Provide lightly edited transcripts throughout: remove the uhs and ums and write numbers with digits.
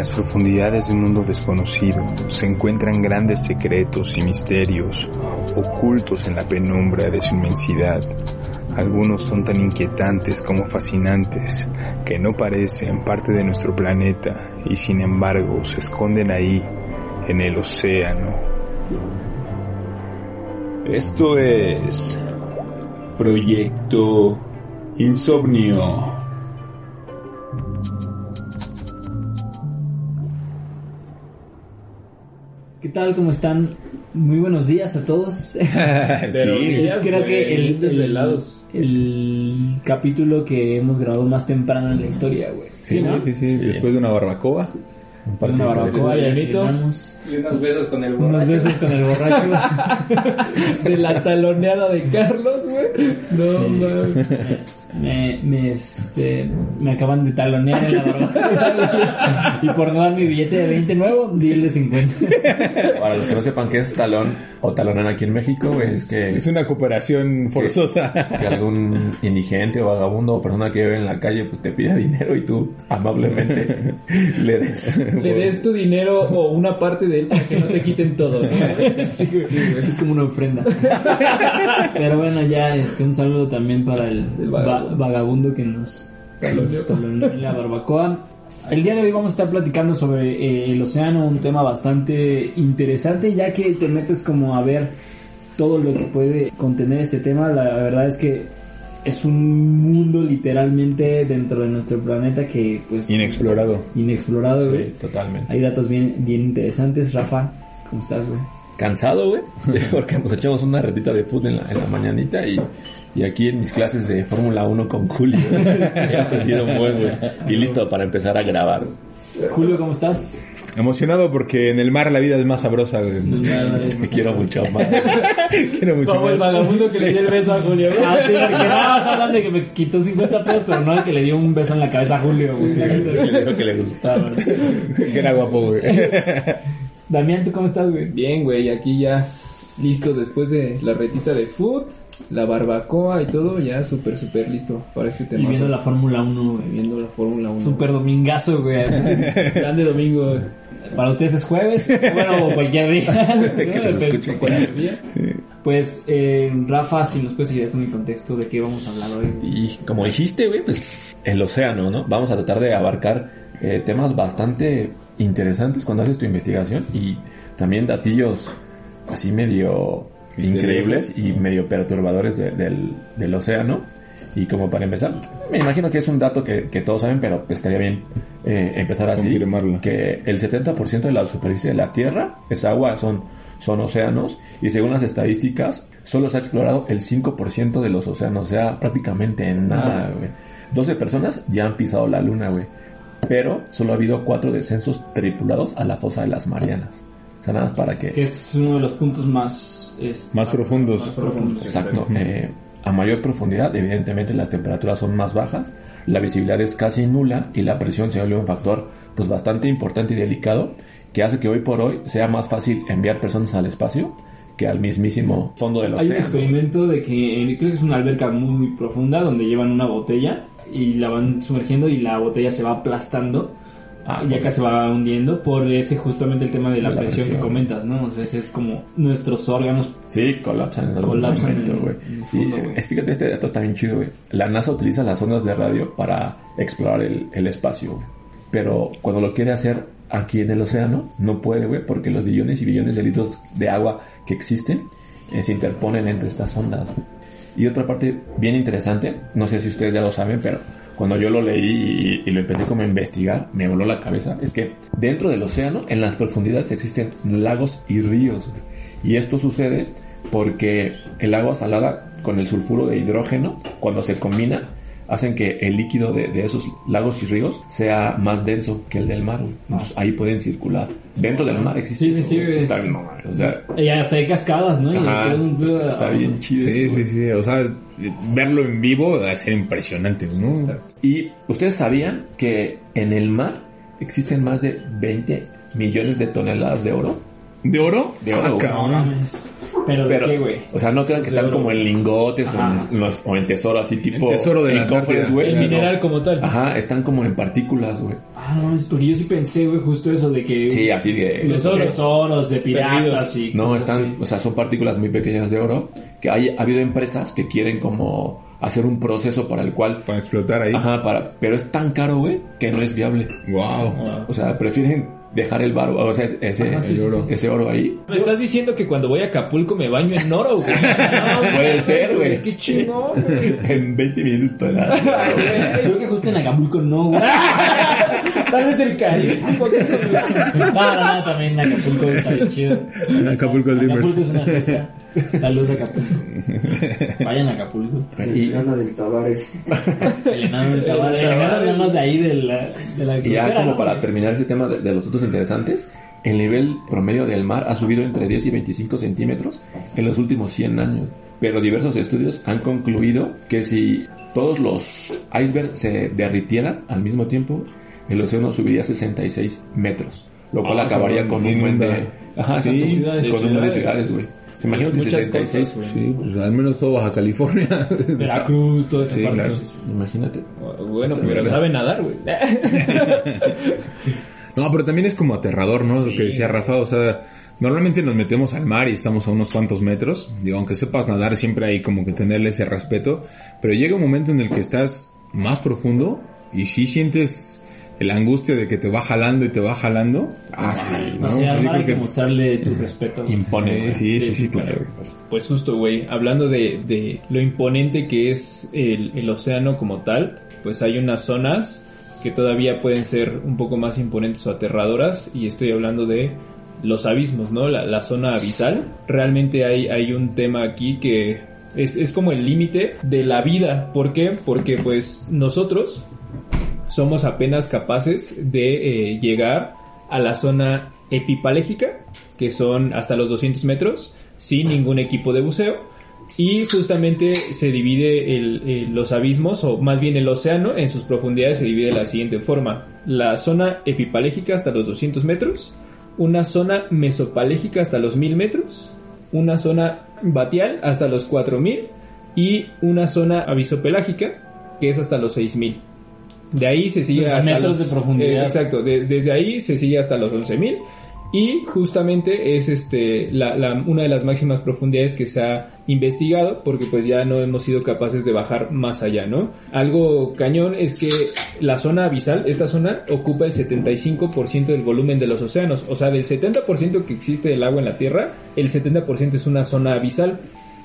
las profundidades de un mundo desconocido se encuentran grandes secretos y misterios ocultos en la penumbra de su inmensidad. Algunos son tan inquietantes como fascinantes, que no parecen parte de nuestro planeta y sin embargo se esconden ahí, en el océano. Esto es Proyecto Insomnio. ¿Qué tal? ¿Cómo están? Muy buenos días a todos. Pero Sí, Creo que el capítulo que hemos grabado más temprano en la historia, güey. Sí, ¿no? sí. Después de una barbacoa. Una barbacoa, ya Llanito. cenamos. Y unos besos con el Unos borracho. besos con el borracho. De la taloneada de Carlos, güey. Me acaban de talonear en la barbacoa. Y por no dar mi billete de 20 nuevo, di el de 50. Para los que no sepan qué es talón o talonán aquí en México, es que Es una cooperación forzosa. que algún indigente o vagabundo o persona que vive en la calle pues te pida dinero y tú amablemente le des. Le des tu dinero o una parte de él para que no te quiten todo, ¿no? Sí, güey. Es como una ofrenda. Pero bueno, ya un saludo también para el vagabundo que nos taloneó en la barbacoa. El día de hoy vamos a estar platicando sobre el océano, un tema bastante interesante, ya que te metes como a ver todo lo que puede contener este tema. La verdad es que es un mundo literalmente dentro de nuestro planeta que pues Inexplorado. inexplorado, güey. Sí, totalmente. Hay datos bien interesantes. Rafa, ¿cómo estás, güey? Cansado, güey, porque nos echamos una retita de fútbol en la mañanita y aquí en mis clases de Fórmula 1 con Julio. He aprendido muy, güey. Y listo para empezar a grabar. Julio, ¿cómo estás? Emocionado porque en el mar la vida es más sabrosa. Me quiero mucho más. Quiero mucho Como el más. vagabundo que le dio el beso a Julio, güey. Ah, sí, porque nada más hablan de que me quitó 50 pesos, pero no de que le dio un beso en la cabeza a Julio, güey. Le dijo que le gustaba. Que era guapo, güey. Damián, ¿tú cómo estás, güey? Bien, güey, aquí ya listo después de la retita de food, la barbacoa y todo, ya súper listo para este Y tema. viendo la Fórmula 1, güey. Viendo la Fórmula 1. Super domingazo, güey. Grande domingo, güey. Para ustedes es jueves, bueno, o cualquier día. Que los escuchen. Cualquier día. Pues, Rafa, si nos puedes ayudar con el contexto de qué vamos a hablar hoy. Y como dijiste, güey, pues el océano, ¿no? Vamos a tratar de abarcar temas bastante interesantes cuando haces tu investigación y también datillos así medio increíbles y medio perturbadores del océano. Y como para empezar, me imagino que es un dato que todos saben, pero estaría bien empezar así. Confirmarlo. Que el 70% de la superficie de la Tierra es agua, son océanos, y según las estadísticas, solo se ha explorado el 5% de los océanos, o sea, prácticamente nada, güey. 12 personas ya han pisado la luna, güey, pero solo ha habido 4 descensos tripulados a la fosa de las Marianas. O sea, nada más para Que es uno de los puntos más profundos. profundos. Exacto. A mayor profundidad, evidentemente, las temperaturas son más bajas, la visibilidad es casi nula y la presión se vuelve un factor pues bastante importante y delicado que hace que hoy por hoy sea más fácil enviar personas al espacio que al mismísimo fondo del Hay un océano. experimento de que creo que es una alberca muy profunda donde llevan una botella y la van sumergiendo y la botella se va aplastando. Y acá se va hundiendo por ese justamente el tema de la presión que comentas, ¿no? O sea, es como nuestros órganos Sí, colapsan en algún momento, güey. Y fíjate, este dato está bien chido, güey. La NASA utiliza las ondas de radio para explorar el espacio, güey. Pero cuando lo quiere hacer aquí en el océano, no puede, güey, porque los billones y billones de litros de agua que existen se interponen entre estas ondas, güey. Y otra parte bien interesante, no sé si ustedes ya lo saben, pero cuando yo lo leí y lo empecé como a investigar, me voló la cabeza. Es que dentro del océano, en las profundidades, existen lagos y ríos. Y esto sucede porque el agua salada con el sulfuro de hidrógeno, cuando se combina, hacen que el líquido de esos lagos y ríos sea más denso que el del mar. Entonces ahí pueden circular. Dentro del mar existe eso, Sí, güey. es... Está bien, no, o sea, Y hasta hay cascadas, ¿no? ajá, está bien chido. Sí. O sea, verlo en vivo va a ser impresionante, ¿no? Y ustedes sabían que en el mar existen más de 20 millones de toneladas de oro. ¿De oro? De oro, güey. No mames. ¿Pero de qué, güey? O sea, no crean que están como en lingotes o en tesoro así tipo... El tesoro de la Antártida. El mineral como tal. Ajá, están como en partículas, güey. No mames, porque yo sí pensé, güey, justo eso de que... Sí, así de... Los tesoros de piratas y... No, están... O sea, son partículas muy pequeñas de oro que ha habido empresas que quieren como hacer un proceso para el cual... Para explotar ahí. Ajá, pero es tan caro, güey, que no es viable. Wow. O sea, prefieren dejar el barro, o sea, ese oro ahí. ¿Me estás diciendo que cuando voy a Acapulco me baño en oro, güey? No, puede ser, güey. Qué chingón, güey. En 20 minutos estoy nada. Creo que justo en Acapulco no, güey. Tal vez el Caribe. No, también en Acapulco está bien chido. Acapulco Dreamers. Acapulco es una fiesta. Saludos a Acapulco. Vayan a Acapulco. El enano del Tavares. El enano del Tavares. El enano nada más de ahí de la Y ya como para terminar ese tema de los otros interesantes, el nivel promedio del mar ha subido entre 10 y 25 centímetros en los últimos 100 años. Pero diversos estudios han concluido que si todos los icebergs se derritieran al mismo tiempo, el océano subiría 66 metros. Lo cual acabaría con un buen de... Ajá, sí, con un buen de ciudades, güey. Imagínate 66. Cosas, sí, pues al menos todo Baja California. Veracruz, todo eso. Sí, claro. Imagínate. Bueno, pero sabe nadar, güey. No, pero también es como aterrador, ¿no? Lo que decía Rafa, o sea, normalmente nos metemos al mar y estamos a unos cuantos metros. Digo, aunque sepas nadar, siempre hay como que tenerle ese respeto. Pero llega un momento en el que estás más profundo y sí sientes la angustia de que te va jalando y te va jalando. Sí, ¿no? O sea, Yo creo hay que mostrarle tu respeto. Impone. Sí, claro. Pues justo, güey, hablando de lo imponente que es el océano como tal, pues hay unas zonas que todavía pueden ser un poco más imponentes o aterradoras, y estoy hablando de los abismos, ¿no? La zona abisal. Realmente hay un tema aquí que es como el límite de la vida. ¿Por qué? Porque pues nosotros somos apenas capaces de llegar a la zona epipalégica, que son hasta los 200 metros, sin ningún equipo de buceo. Y justamente se divide los abismos, o más bien el océano, en sus profundidades se divide de la siguiente forma: la zona epipalégica hasta los 200 metros, una zona mesopalégica hasta los 1000 metros, una zona batial hasta los 4000 y una zona abisopelágica que es hasta los 6000. De ahí se sigue hasta metros de profundidad. Exacto, desde ahí se sigue hasta los 11.000 y justamente es una de las máximas profundidades que se ha investigado, porque pues ya no hemos sido capaces de bajar más allá, ¿no? Algo cañón es que la zona abisal, esta zona ocupa el 75% del volumen de los océanos. O sea, del 70% que existe del agua en la Tierra, el 70% es una zona abisal.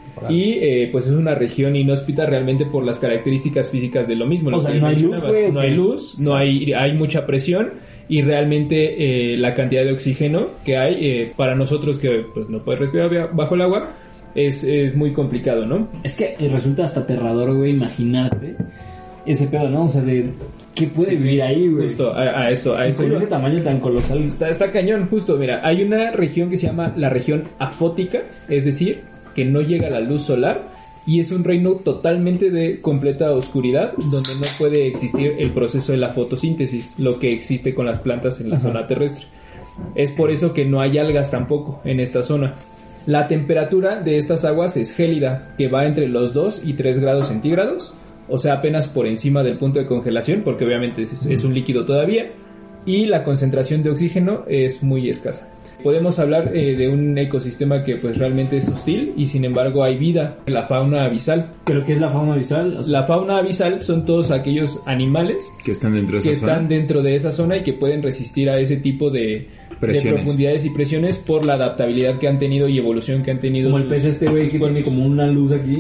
Y pues es una región inhóspita realmente por las características físicas de lo mismo. O sea, no hay luz, güey. No hay luz, no hay mucha presión, y realmente la cantidad de oxígeno que hay para nosotros que pues no puede respirar bajo el agua es muy complicado, ¿no? Es que resulta hasta aterrador, güey, imaginarte ese pedo, ¿no? O sea, de ¿qué puede vivir ahí, güey? Justo a eso. Con ese tamaño tan colosal. Está cañón, justo. Mira, hay una región que se llama la región afótica, es decir, que no llega la luz solar, y es un reino totalmente de completa oscuridad, donde no puede existir el proceso de la fotosíntesis, lo que existe con las plantas en la zona terrestre. Es por eso que no hay algas tampoco en esta zona. La temperatura de estas aguas es gélida, que va entre los 2 y 3 grados centígrados, o sea, apenas por encima del punto de congelación, porque obviamente es un líquido todavía, y la concentración de oxígeno es muy escasa. Podemos hablar de un ecosistema que pues realmente es hostil, y sin embargo hay vida, la fauna abisal. ¿Pero qué es la fauna abisal? O sea, la fauna abisal son todos aquellos animales que están dentro de esa zona y que pueden resistir a ese tipo de profundidades y presiones por la adaptabilidad que han tenido y evolución que han tenido. Como el pez güey que tiene como una luz aquí.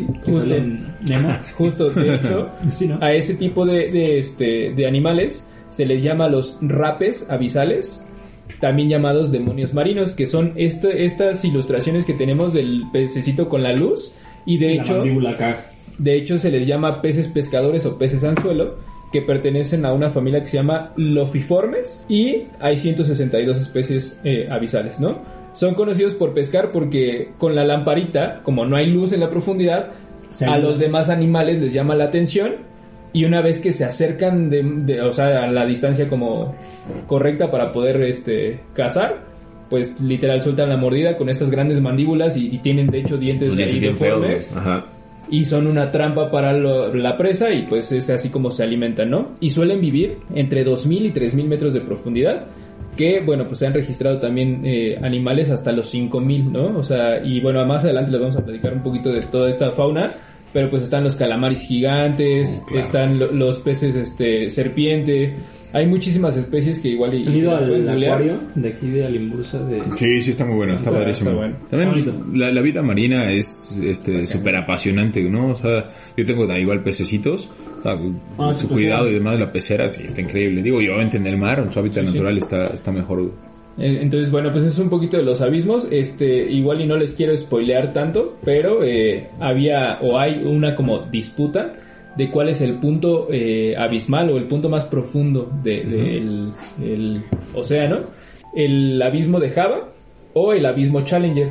Justo, de hecho, sí, ¿no? A ese tipo de animales se les llama los rapes abisales, también llamados demonios marinos, que son estas ilustraciones que tenemos del pececito con la luz, y de hecho se les llama peces pescadores o peces anzuelo, que pertenecen a una familia que se llama Lophiformes, y hay 162 especies abisales, ¿no? Son conocidos por pescar porque con la lamparita, como no hay luz en la profundidad, a los demás animales les llama la atención, y una vez que se acercan o sea, a la distancia como correcta para poder cazar, pues literal sueltan la mordida con estas grandes mandíbulas y tienen de hecho dientes ahí deformes. Ajá. Y son una trampa para la presa y pues es así como se alimentan, ¿no? Y suelen vivir entre 2.000 y 3.000 metros de profundidad, que bueno, pues se han registrado también animales hasta los 5.000, ¿no? O sea, y bueno, más adelante les vamos a platicar un poquito de toda esta fauna, pero pues están los calamares gigantes, claro. Están los peces serpiente. Hay muchísimas especies que igual... ¿Han ido al acuario de aquí de Alimbursa? Sí, está muy bueno, está padrísimo. Está bueno. También la vida marina es súper apasionante, ¿no? O sea, yo tengo igual pececitos, o sea, su cuidado y demás de la pecera, sí, está increíble. Digo, yo en el mar, en su hábitat natural está mejor. Entonces, bueno, pues es un poquito de los abismos. Igual y no les quiero spoilear tanto, pero hay una como disputa de cuál es el punto abismal o el punto más profundo del océano, el abismo de Java o el abismo Challenger.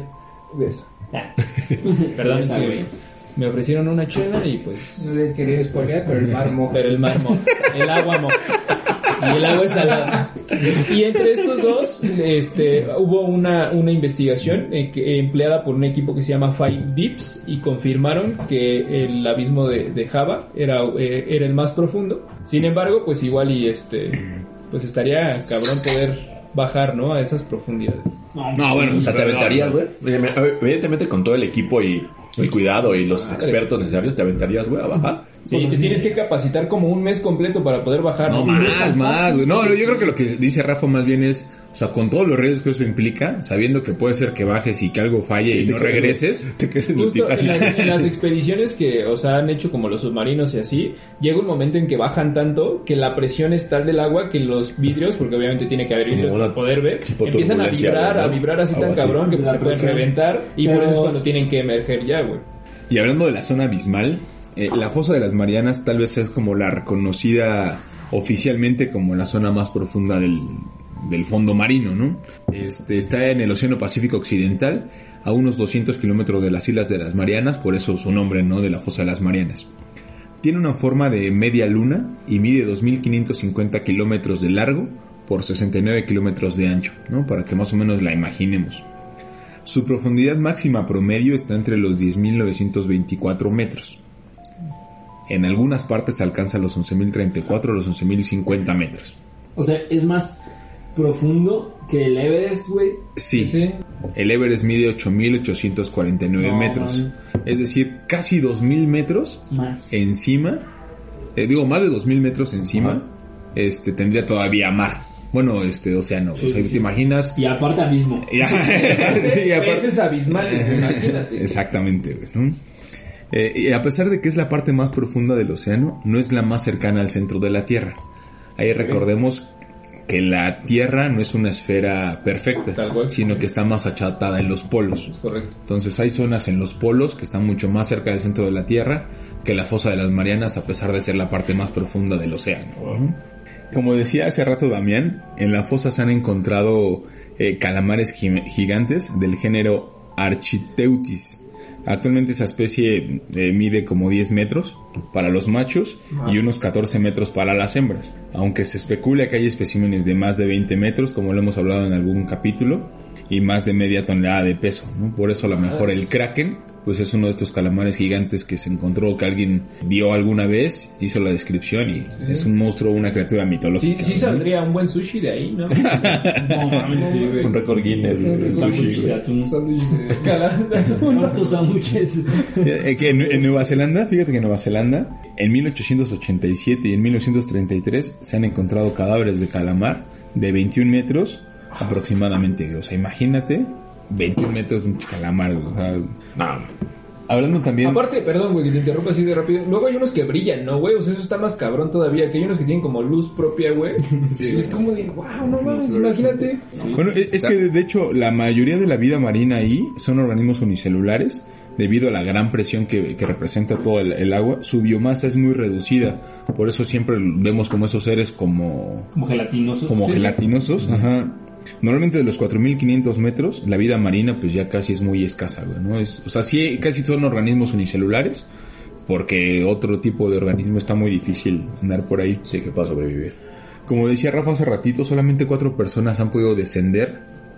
Perdón, me ofrecieron una chela y pues... No les quería spoilear, pero el mar moja. El agua moja. Y el agua es salada. Y entre estos dos hubo una investigación empleada por un equipo que se llama Five Deeps y confirmaron que el abismo de Java era el más profundo. Sin embargo, pues igual y pues estaría cabrón poder bajar, ¿no? A esas profundidades. No, bueno, o sea, te aventarías, güey. Evidentemente con todo el equipo y el cuidado y los expertos necesarios, te aventarías, güey, a bajar. Sí, te tienes que capacitar como un mes completo para poder bajar. No, más, güey. No, yo creo que lo que dice Rafa más bien es, o sea, con todos los riesgos que eso implica, sabiendo que puede ser que bajes y que algo falle y no regreses. Justo en las expediciones que, o sea, han hecho como los submarinos y así, llega un momento en que bajan tanto que la presión es tal del agua que los vidrios, porque obviamente tiene que haber vidrios para poder ver, empiezan a vibrar así tan cabrón que pues, se pueden reventar y por eso es cuando tienen que emerger ya, güey. Y hablando de la zona abismal, la fosa de las Marianas tal vez es como la reconocida oficialmente como la zona más profunda del fondo marino, ¿no? Está en el Océano Pacífico Occidental, a unos 200 kilómetros de las Islas de las Marianas, por eso su nombre, ¿no? De la fosa de las Marianas. Tiene una forma de media luna y mide 2.550 kilómetros de largo por 69 kilómetros de ancho, ¿no? Para que más o menos la imaginemos. Su profundidad máxima promedio está entre los 10.924 metros. En algunas partes alcanza los 11.034 o los 11.050 metros. O sea, es más profundo que el Everest, güey. Sí. El Everest mide 8.849 metros. Man. Es decir, casi 2.000 metros más encima. Más de 2.000 metros encima. Tendría todavía mar. Bueno, océano. Sí, o sea, ¿te imaginas? Y aparte abismo. Sí, aparte. Eso es abismal, imagínate. Exactamente, güey. Y a pesar de que es la parte más profunda del océano, no es la más cercana al centro de la Tierra. Ahí recordemos que la Tierra no es una esfera perfecta, sino que está más achatada en los polos. Correcto. Entonces hay zonas en los polos que están mucho más cerca del centro de la Tierra que la fosa de las Marianas, a pesar de ser la parte más profunda del océano. Como decía hace rato Damián, en la fosa se han encontrado calamares gigantes del género Architeuthis. Actualmente esa especie mide como 10 metros para los machos y unos 14 metros para las hembras. Aunque se especula que hay especímenes de más de 20 metros, como lo hemos hablado en algún capítulo, y más de media tonelada de peso, ¿no? Por eso a lo mejor el kraken, pues es uno de estos calamares gigantes que se encontró, que alguien vio alguna vez, hizo la descripción y es un monstruo, una criatura mitológica. Sí, saldría un buen sushi de ahí, ¿no? Un récord Guinness de sushi. ¿Cuántos sándwiches? Que en Nueva Zelanda, fíjate que en Nueva Zelanda, en 1887 y en 1933 se han encontrado cadáveres de calamar de 21 metros aproximadamente. O sea, imagínate 21 metros de un calamar, o sea, no. Hablando también... Aparte, perdón, güey, que te interrumpa así de rápido. Luego hay unos que brillan, ¿no, güey? O sea, eso está más cabrón todavía. Que hay unos que tienen como luz propia, güey. Sí, es como de, wow, no mames, imagínate. Sí. Bueno, es que de hecho la mayoría de la vida marina ahí son organismos unicelulares. Debido a la gran presión que representa todo el agua, su biomasa es muy reducida. Por eso siempre vemos como esos seres como gelatinosos. Como gelatinosos, ajá. Normalmente de los 4.500 metros, la vida marina pues ya casi es muy escasa, güey, ¿no? O sea, sí, casi son organismos unicelulares, porque otro tipo de organismo está muy difícil andar por ahí. Sí, que pueda sobrevivir. Como decía Rafa hace ratito, solamente 4 personas han podido descender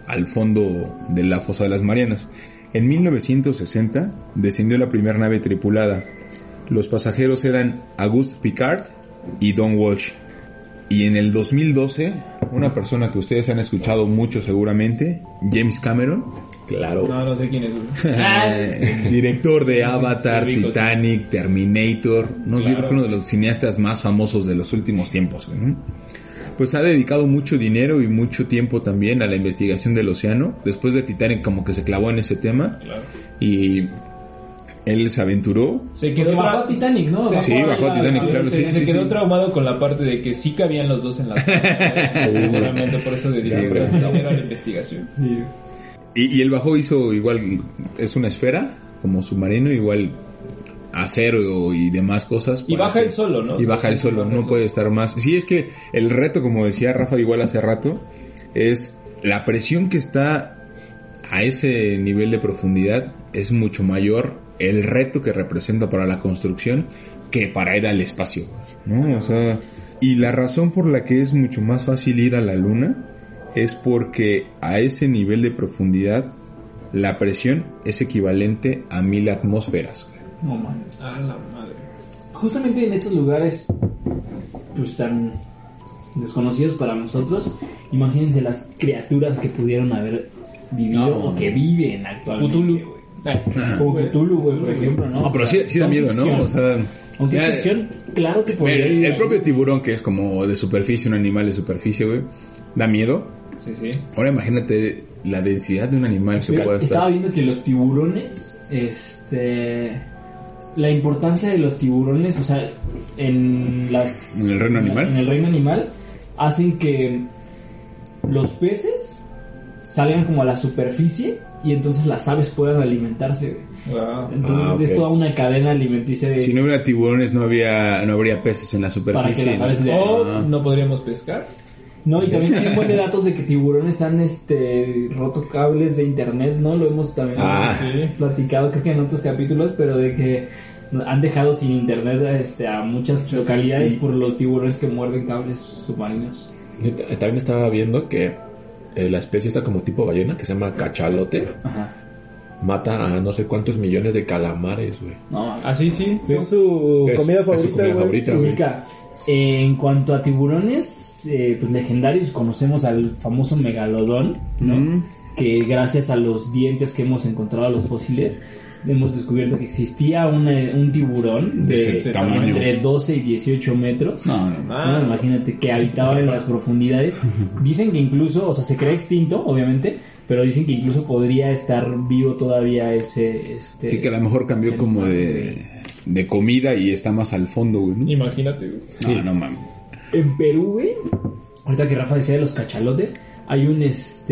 al fondo de la fosa de las Marianas. En 1960 descendió la primera nave tripulada. Los pasajeros eran Auguste Piccard y Don Walsh. Y en el 2012, una persona que ustedes han escuchado mucho seguramente, James Cameron. Claro. No sé quién es. Director de Avatar, Titanic, Terminator. No, claro. Yo creo que uno de los cineastas más famosos de los últimos tiempos, ¿no? Pues ha dedicado mucho dinero y mucho tiempo también a la investigación del océano. Después de Titanic como que se clavó en ese tema. Claro. Y él se aventuró. Se quedó bajó a Titanic, ¿no? Sí, bajó a Titanic, claro. Se quedó traumado con la parte de que sí cabían los dos en la seguramente por eso decía era la investigación. Sí. Y él bajó, hizo igual, es una esfera como submarino, igual acero y demás cosas. Y baja él solo, ¿no? Y baja él solo, no puede estar más. Sí, es que el reto, como decía Rafa igual hace rato, es la presión que está a ese nivel de profundidad es mucho mayor el reto que representa para la construcción que para ir al espacio, ¿no? O sea, y la razón por la que es mucho más fácil ir a la luna es porque a ese nivel de profundidad la presión es equivalente a 1000 atmósferas. No mames. A la madre. Justamente en estos lugares pues tan desconocidos para nosotros, imagínense las criaturas que pudieron haber vivido o que viven actualmente. Cthulhu. Como Cthulhu, güey, por ejemplo, ¿no? No, pero sí da miedo, ¿no? O sea, aunque es ficción, claro que podría vivir el propio tiburón, que es como de superficie, un animal de superficie, güey, da miedo. Sí. Ahora imagínate la densidad de un animal que pueda estar. Estaba viendo que los tiburones, la importancia de los tiburones, o sea, en el reino animal. En el reino animal hacen que los peces salgan como a la superficie y entonces las aves puedan alimentarse. Wow. Entonces okay. Es toda una cadena alimenticia. Si no hubiera tiburones no habría peces en la superficie. Para que las aves no podríamos pescar. No, y también hay un buen de datos de que tiburones han roto cables de internet, ¿no? Lo hemos también platicado, creo que en otros capítulos, pero de que han dejado sin internet a muchas localidades por los tiburones que muerden cables submarinos. También estaba viendo que la especie está como tipo ballena, que se llama cachalote. Ajá. Mata a no sé cuántos millones de calamares, güey. No, así sí. Son su comida favorita. Es su comida favorita, güey. En cuanto a tiburones pues legendarios, conocemos al famoso megalodón, ¿no? Que gracias a los dientes que hemos encontrado a los fósiles hemos descubierto que existía un tiburón de tamaño entre 12 y 18 metros. No, imagínate, que habitaba en las profundidades. Dicen que incluso, o sea, se cree extinto, obviamente, pero dicen que incluso podría estar vivo todavía ese... Sí, que a lo mejor cambió como de comida y está más al fondo, güey, ¿no? Imagínate, güey. Sí. No mames. En Perú, güey, ahorita que Rafa decía de los cachalotes, hay un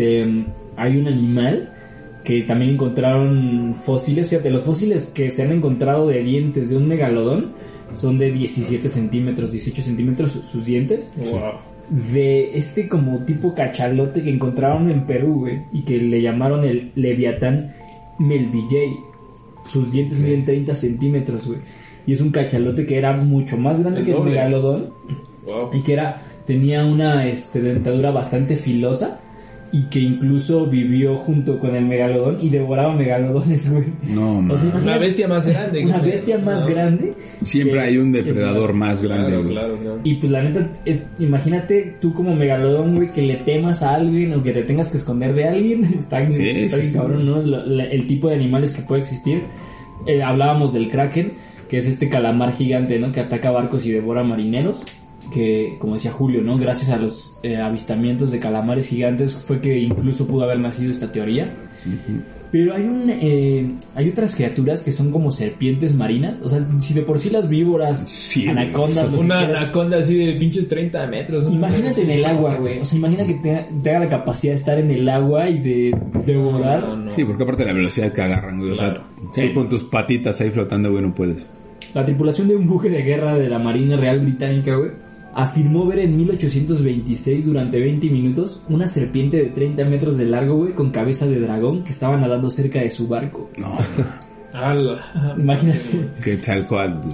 animal que también encontraron fósiles. Fíjate, los fósiles que se han encontrado de dientes de un megalodón son de 17 centímetros, 18 centímetros sus dientes. Wow. De como tipo cachalote que encontraron en Perú, güey, y que le llamaron el Leviatán Melvillei. Sus dientes miden 30 centímetros, güey. Y es un cachalote que era mucho más grande que el megalodón. Wow. Y que tenía una dentadura bastante filosa. Y que incluso vivió junto con el megalodón y devoraba megalodones, güey. No, man. O sea, una bestia más grande. Una bestia más grande. Siempre hay un depredador más grande, güey. Claro. Y pues la neta, imagínate tú como megalodón, güey, que le temas a alguien o que te tengas que esconder de alguien. Está bien cabrón, ¿no? El tipo de animales que puede existir. Hablábamos del kraken, que es calamar gigante, ¿no? Que ataca barcos y devora marineros. Que, como decía Julio, ¿no? Gracias a los avistamientos de calamares gigantes fue que incluso pudo haber nacido esta teoría. Uh-huh. Pero hay otras criaturas que son como serpientes marinas. O sea, si de por sí las víboras, anacondas... Una anaconda así de pinches 30 metros. ¿No? Imagínate en el agua, güey. O sea, imagina que te haga la capacidad de estar en el agua y de devorar. No. Sí, porque aparte de la velocidad que agarran, güey. Claro. O sea, tú con tus patitas ahí flotando, güey, no puedes. La tripulación de un buque de guerra de la Marina Real Británica, güey, afirmó ver en 1826 durante 20 minutos una serpiente de 30 metros de largo, güey, con cabeza de dragón que estaba nadando cerca de su barco. No. Imagínate. Quetzalcóatl.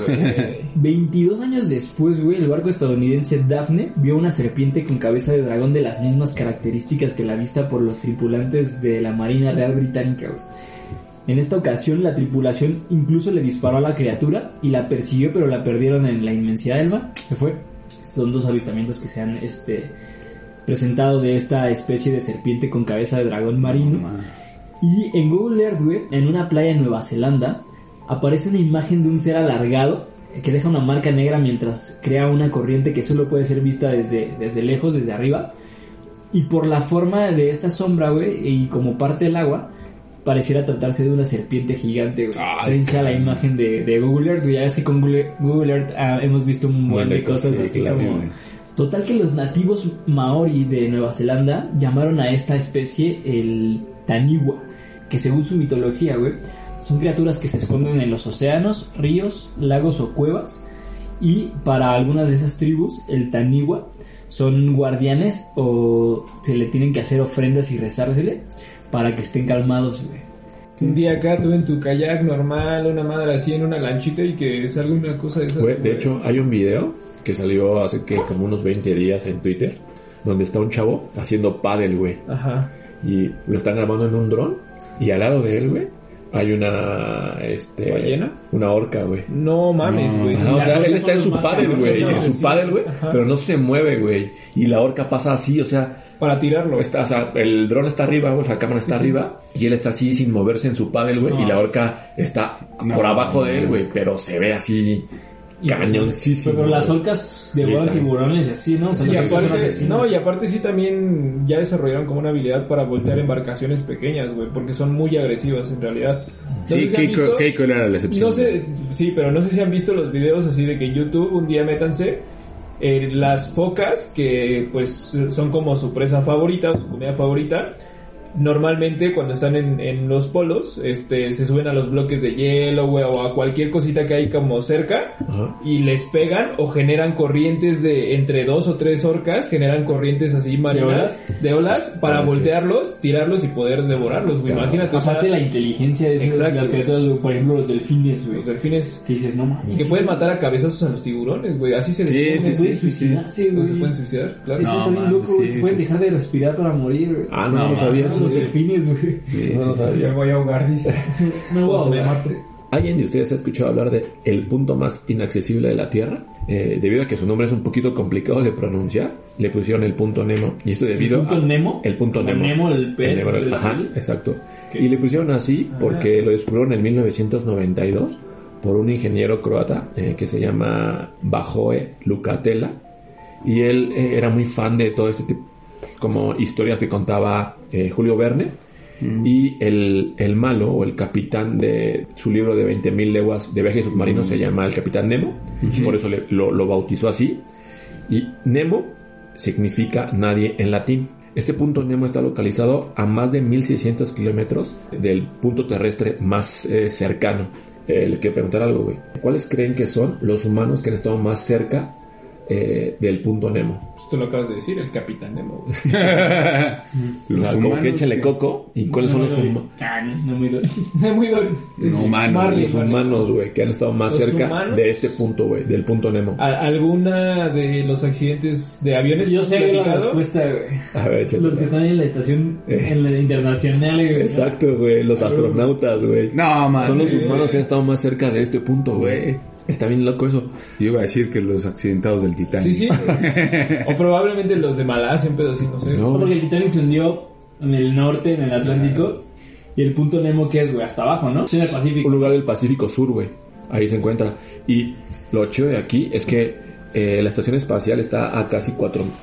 22 años después, güey, el barco estadounidense Daphne vio una serpiente con cabeza de dragón de las mismas características que la vista por los tripulantes de la Marina Real Británica, güey. En esta ocasión, la tripulación incluso le disparó a la criatura y la persiguió, pero la perdieron en la inmensidad del mar. Se fue. Son 2 avistamientos que se han presentado de esta especie de serpiente con cabeza de dragón marino. Y en Google Earth, güey, en una playa en Nueva Zelanda, aparece una imagen de un ser alargado que deja una marca negra mientras crea una corriente que solo puede ser vista desde lejos, desde arriba. Y por la forma de esta sombra, güey, y como parte del agua, pareciera tratarse de una serpiente gigante, güey. Se hincha la imagen de Google Earth, güey. Ya ves que con Google Earth hemos visto un montón de cosas así claro, como... Total que los nativos maori de Nueva Zelanda llamaron a esta especie el taniwa, que según su mitología, güey, son criaturas que se esconden en los océanos, ríos, lagos o cuevas. Y para algunas de esas tribus, el taniwa son guardianes o se le tienen que hacer ofrendas y rezársele para que estén calmados, güey. Un día acá tú en tu kayak normal, una madre así en una lanchita y que salga una cosa de esa. Güey, de hecho, hay un video que salió hace que como unos 20 días en Twitter, donde está un chavo haciendo pádel, güey. Ajá. Y lo están grabando en un dron y al lado de él, güey, hay una ¿ballena? Una orca, güey. No mames, güey. O sea, él está en su pádel, güey, pero no se mueve, güey. Y la orca pasa así, o sea, para tirarlo. O sea, el dron está arriba, güey, la cámara está arriba y él está así sin moverse en su pádel, güey, y la orca está por abajo de él, güey, pero se ve así cañoncísimo. Pero las orcas devoran tiburones y así, ¿no? O sea, sí, y aparte sí también ya desarrollaron como una habilidad para voltear embarcaciones pequeñas, güey, porque son muy agresivas en realidad. Sí, Keiko era la excepción. No sé, sí, pero no sé si han visto los videos así de que en YouTube un día métanse las focas que pues son como su presa favorita o su comida favorita. Normalmente cuando están en los polos se suben a los bloques de hielo, güey, o a cualquier cosita que hay como cerca. Ajá. Y les pegan o generan corrientes de entre 2 o 3 orcas, generan corrientes así marinas de olas para voltearlos, tirarlos y poder devorarlos, güey. Imagínate. Aparte la inteligencia de esos, las criaturas, por ejemplo los delfines, güey. Los delfines que dices, no mames. Y que pueden matar a cabezazos a los tiburones, güey. Así se pueden suicidarse, güey. Se pueden suicidar, claro. Eso está bien loco, güey. Pueden dejar de respirar para morir, güey. Ah, no sabía eso. Los delfines, güey. No lo sabía. Me voy a ahogar, dice. Me voy a ahogar. ¿Alguien de ustedes ha escuchado hablar de el punto más inaccesible de la Tierra? Debido a que su nombre es un poquito complicado de pronunciar, le pusieron el punto Nemo. Y esto debido ¿El punto Nemo? El punto Nemo. Nemo, el pez. Ajá, exacto. Okay. Y le pusieron así porque lo descubrieron en 1992 por un ingeniero croata que se llama Bajoe Lukatela. Y él era muy fan de todo este tipo como historias que contaba Julio Verne. Y el malo o el capitán de su libro de 20.000 leguas de viaje submarino se llama el Capitán Nemo. Por eso lo bautizó así. Y Nemo significa nadie en latín. Este punto Nemo está localizado a más de 1.600 kilómetros del punto terrestre más cercano. Les quiero preguntar algo, güey. ¿Cuáles creen que son los humanos que han estado más cerca del punto Nemo? Pues tú lo acabas de decir, el Capitán Nemo. Los humanos que échenle coco. ¿Y cuáles son los humanos? No muy humanos. Los humanos, güey, que han estado más cerca humanos? de este punto, güey, del punto Nemo. ¿Alguna de los accidentes de aviones? Yo sé la respuesta, güey. A ver, échate. Los que están en la estación en la internacional, güey. Exacto, güey, los astronautas, güey. No, man. Son los humanos que han estado más cerca de este punto, güey. Está bien loco eso. Yo iba a decir que los accidentados del Titanic. Sí. O probablemente los de Malasia, un pedo así, no sé. No, porque el Titanic se hundió en el norte, en el Atlántico. Y el punto Nemo, ¿qué es, güey? Hasta abajo, ¿no? Es en el Pacífico. Un lugar del Pacífico Sur, güey. Ahí se encuentra. Y lo chido de aquí es que la estación espacial está a casi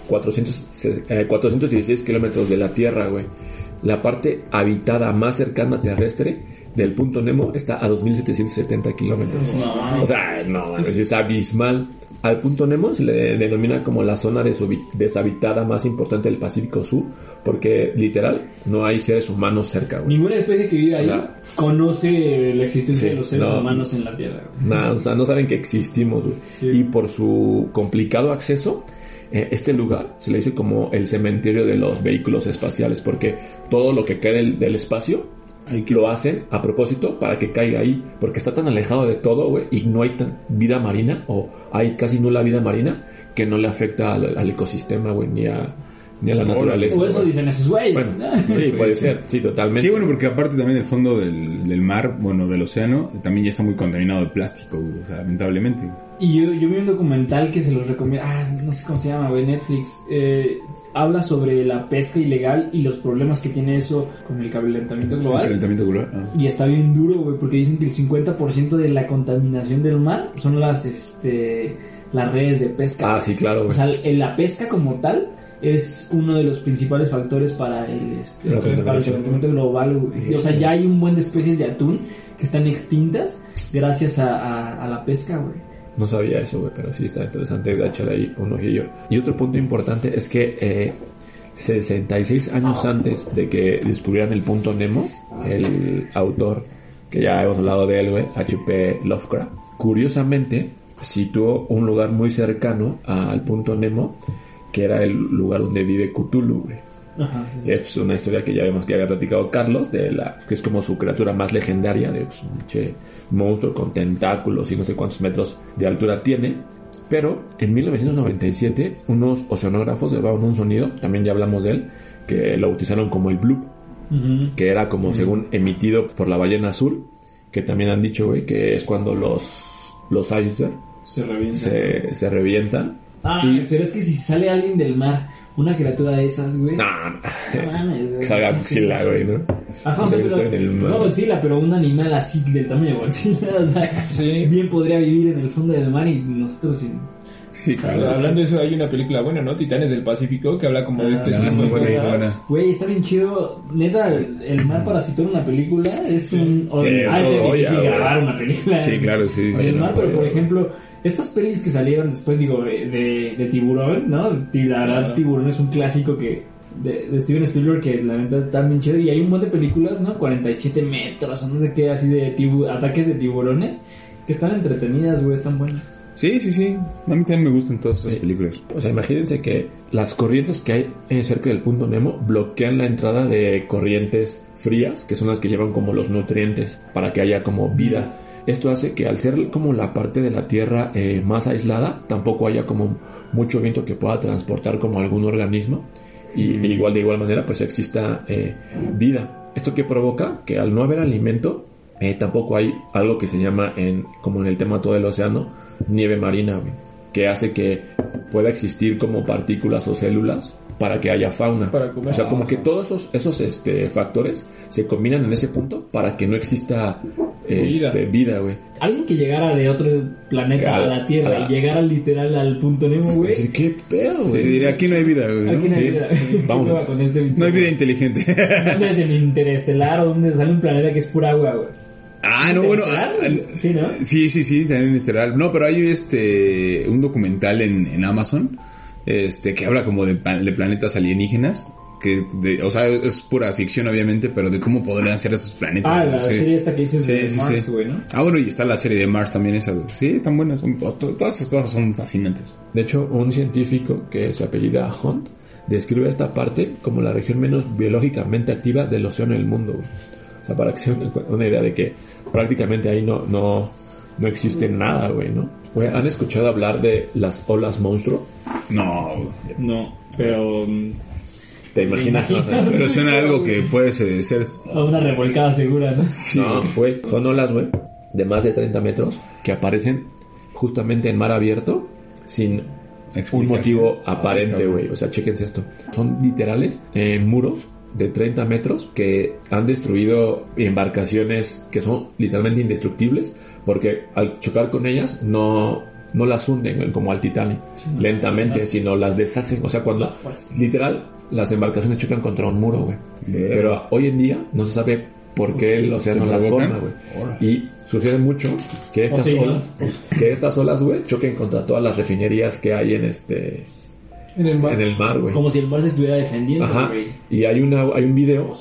416 kilómetros de la Tierra, güey. La parte habitada más cercana terrestre del punto Nemo está a 2.770 kilómetros. No. O sea, no, es abismal. Al punto Nemo se le denomina como la zona deshabitada más importante del Pacífico Sur, porque literal no hay seres humanos cerca, güey. Ninguna especie que vive ahí conoce la existencia de los seres humanos en la Tierra, güey. No, o sea, no saben que existimos, güey. Sí. Y por su complicado acceso, este lugar se le dice como el cementerio de los vehículos espaciales, porque todo lo que cae del espacio lo hacen a propósito para que caiga ahí, porque está tan alejado de todo, güey, y no hay vida marina, o hay casi nula vida marina, que no le afecta al ecosistema, güey, ni a la naturaleza. O eso dicen esos güeyes. Bueno, sí, puede ser, sí, totalmente. Sí, bueno, porque aparte también el fondo del mar, bueno, del océano, también ya está muy contaminado de plástico, güey, o sea, lamentablemente. Y yo vi un documental que se los recomiendo, no sé cómo se llama, güey, Netflix, habla sobre la pesca ilegal y los problemas que tiene eso con el calentamiento global. El calentamiento global. Y está bien duro, güey, porque dicen que el 50% de la contaminación del mar son las redes de pesca. Ah, sí, claro, güey. O sea, la pesca como tal es uno de los principales factores para el calentamiento global, güey. O sea, ya hay un buen de especies de atún que están extintas gracias a la pesca, güey. No sabía eso, güey, pero sí está interesante de echarle ahí un ojillo. Y otro punto importante es que 66 años antes de que descubrieran el punto Nemo, el autor, que ya hemos hablado de él, güey, H.P. Lovecraft, curiosamente situó un lugar muy cercano al punto Nemo, que era el lugar donde vive Cthulhu, güey. Ajá, sí. Que es una historia que ya vemos que había platicado Carlos, que es como su criatura más legendaria, de un monstruo con tentáculos y no sé cuántos metros de altura tiene. Pero en 1997 unos oceanógrafos grabaron un sonido, también ya hablamos de él, que lo bautizaron como el bloop, que era como según emitido por la ballena azul, que también han dicho, güey, que es cuando los icebergs se revientan. Pero es que si sale alguien del mar, una criatura de esas, güey. No mames, que salga Godzilla, güey, ¿no? Ajá, o sea, no Godzilla, pero un animal así del tamaño de Godzilla, o sea, sí. Bien podría vivir en el fondo del mar y nosotros sin... Sí, claro. Hablando de eso, hay una película buena, ¿no? Titanes del Pacífico, que habla como de este tipo de cosas. Güey, está bien chido. Neta, el mar para situar una película es un... es difícil grabar una película. Sí, claro, sí. El mar, pero por ejemplo... Estas pelis que salieron después, digo, de Tiburón, ¿no? La verdad, Tiburón es un clásico de Steven Spielberg que la neta está bien chido. Y hay un montón de películas, ¿no? 47 metros, o no sé qué, así de ataques de tiburones, que están entretenidas, güey, están buenas. Sí. A mí también me gustan todas esas películas. O sea, imagínense que las corrientes que hay cerca del punto Nemo bloquean la entrada de corrientes frías, que son las que llevan como los nutrientes para que haya como vida. Esto hace que al ser como la parte de la Tierra más aislada, tampoco haya como mucho viento que pueda transportar como algún organismo y de igual manera pues exista vida. Esto que provoca que al no haber alimento tampoco hay algo que se llama como en el tema todo el océano, nieve marina, güey, que hace que pueda existir como partículas o células para que haya fauna. O sea, como que todos esos factores se combinan en ese punto para que no exista vida, güey. Alguien que llegara de otro planeta a la Tierra y llegara literal al punto Nemo, güey. Sí, ¿qué pedo, güey? Diría, aquí no hay vida, güey, ¿no? Aquí no hay vida. Vámonos. No hay vida inteligente. ¿Dónde es el Interestelar o dónde sale un planeta que es pura agua, güey? No, bueno. Sí, ¿no? Sí, también Interestelar. No, pero hay un documental en Amazon que habla como de planetas alienígenas. O sea, es pura ficción obviamente, pero de cómo podrían ser esos planetas. La serie esta que dices de Mars, güey, ¿no? Bueno, y está la serie de Mars también esa, güey. Sí, están buenas. Todas esas cosas son fascinantes. De hecho, un científico que se apellida Hunt describe esta parte como la región menos biológicamente activa del océano del mundo, güey. O sea, para que se den una idea de que prácticamente ahí no existe nada, güey, ¿no? Güey, ¿han escuchado hablar de las olas monstruo? No, pero... ¿Te imaginas? Pero suena algo que puede ser... O una revolcada segura, ¿no? Sí. No, güey, son olas, güey, de más de 30 metros que aparecen justamente en mar abierto sin un motivo aparente, güey. O sea, chéquense esto. Son literales muros de 30 metros que han destruido embarcaciones que son literalmente indestructibles porque al chocar con ellas no las hunden como al Titanic lentamente, sino las deshacen. O sea, cuando literal las embarcaciones chocan contra un muro, güey. Pero hoy en día no se sabe por qué el océano las forma, güey. Y sucede mucho que estas olas, güey, choquen contra todas las refinerías que hay en el mar, güey. Como si el mar se estuviera defendiendo, güey. Y hay un video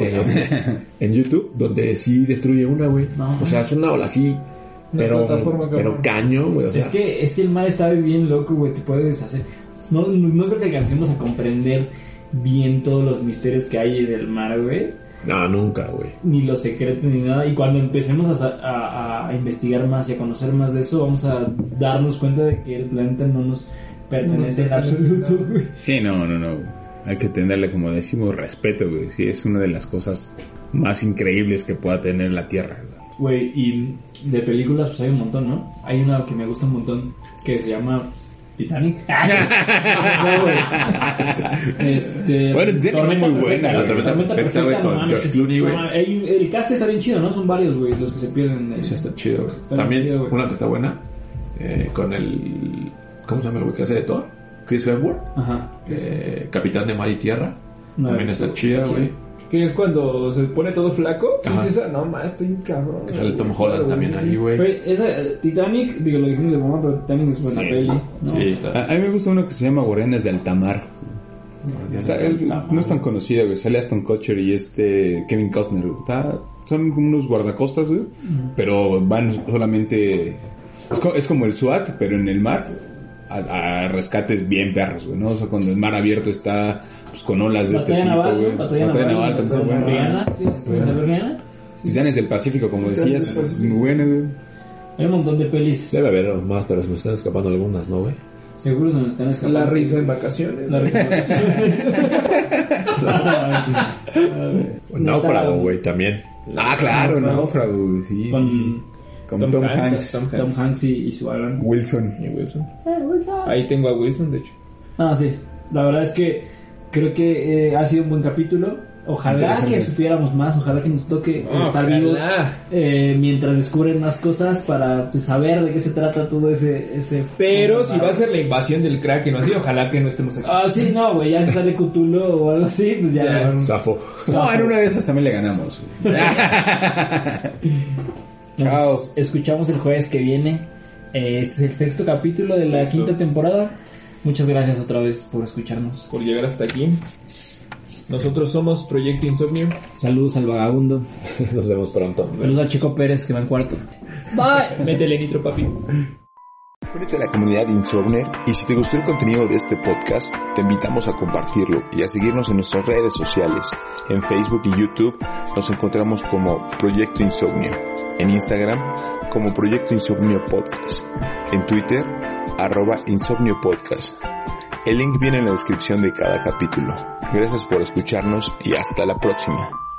en YouTube donde sí destruye una, güey. O sea, es una ola así, pero caño, güey. O sea, es que el mar está bien loco, güey. Te puede deshacer. No creo que alcancemos a comprender bien todos los misterios que hay del mar, güey. No, nunca, güey. Ni los secretos ni nada. Y cuando empecemos a investigar más y a conocer más de eso, vamos a darnos cuenta de que el planeta no nos pertenece en absoluto, güey. Sí, no. Hay que tenerle, como decimos, respeto, güey. Sí, es una de las cosas más increíbles que pueda tener la Tierra, güey. Y de películas, pues hay un montón, ¿no? Hay una que me gusta un montón que se llama Titanic. No, güey. Bueno, Titanic es muy buena. La Tormenta Perfecta, güey, con George Clooney, güey. El cast está bien chido, ¿no? Son varios, güey, los que se pierden. Eso está chido, güey. También chido, una que está buena, con el... ¿Cómo se llama el güey que hace de Thor? Chris Hemsworth. Ajá. Capitán de Mar y Tierra. No, también está chida, güey. ¿Qué es cuando se pone todo flaco? Ajá. ¿Sí es esa? No, más, estoy cabrón. Sale Tom Holland también ahí, güey. Esa Titanic, digo, lo dijimos de mamá, pero Titanic es buena peli, ¿no? Sí, está. A mí me gusta uno que se llama Guardianes de Altamar. No es tan conocida, güey. Sale Aston Kutcher y Kevin Costner, güey. Son como unos guardacostas, güey. Pero van solamente... Es como el SWAT, pero en el mar. A rescates bien perros, güey, ¿no? O sea, cuando el mar abierto está pues, con olas de este tipo, güey. Batalla naval también está buena. Rihanna, sí, Rihanna. Titanes del Pacífico, como decías, es muy buena, güey. Hay un montón de pelis. Debe haber más, pero se me están escapando algunas, ¿no, güey? Seguro se me están escapando. La risa en vacaciones. Náufrago, güey, también. Ah, claro, Náufrago, güey, sí. Con Tom Hanks. Tom Hanks y su Alan. Wilson. Ahí tengo a Wilson, de hecho. Ah, sí. La verdad es que creo que ha sido un buen capítulo. Ojalá que supiéramos más, ojalá que nos toque estar vivos mientras descubren más cosas para pues, saber de qué se trata todo ese pero si va a ser la invasión del Kraken o así, ojalá que no estemos aquí. Ah, sí, no, güey, ya que sale Cthulhu o algo así, pues ya. Zafo. No, en una de esas también le ganamos. Chao. Escuchamos el jueves que viene. Este es el 6º capítulo de la 5ª temporada. Muchas gracias otra vez por escucharnos, por llegar hasta aquí. Nosotros somos Proyecto Insomnio. Saludos al vagabundo. Nos vemos pronto. Saludos a Chico Pérez que va en cuarto. Bye. Métele nitro, papi. Únete a la comunidad Insomner y si te gustó el contenido de este podcast, te invitamos a compartirlo y a seguirnos en nuestras redes sociales. En Facebook y YouTube nos encontramos como Proyecto Insomnio. En Instagram como Proyecto Insomnio Podcast. En Twitter @Insomnio Podcast. El link viene en la descripción de cada capítulo. Gracias por escucharnos y hasta la próxima.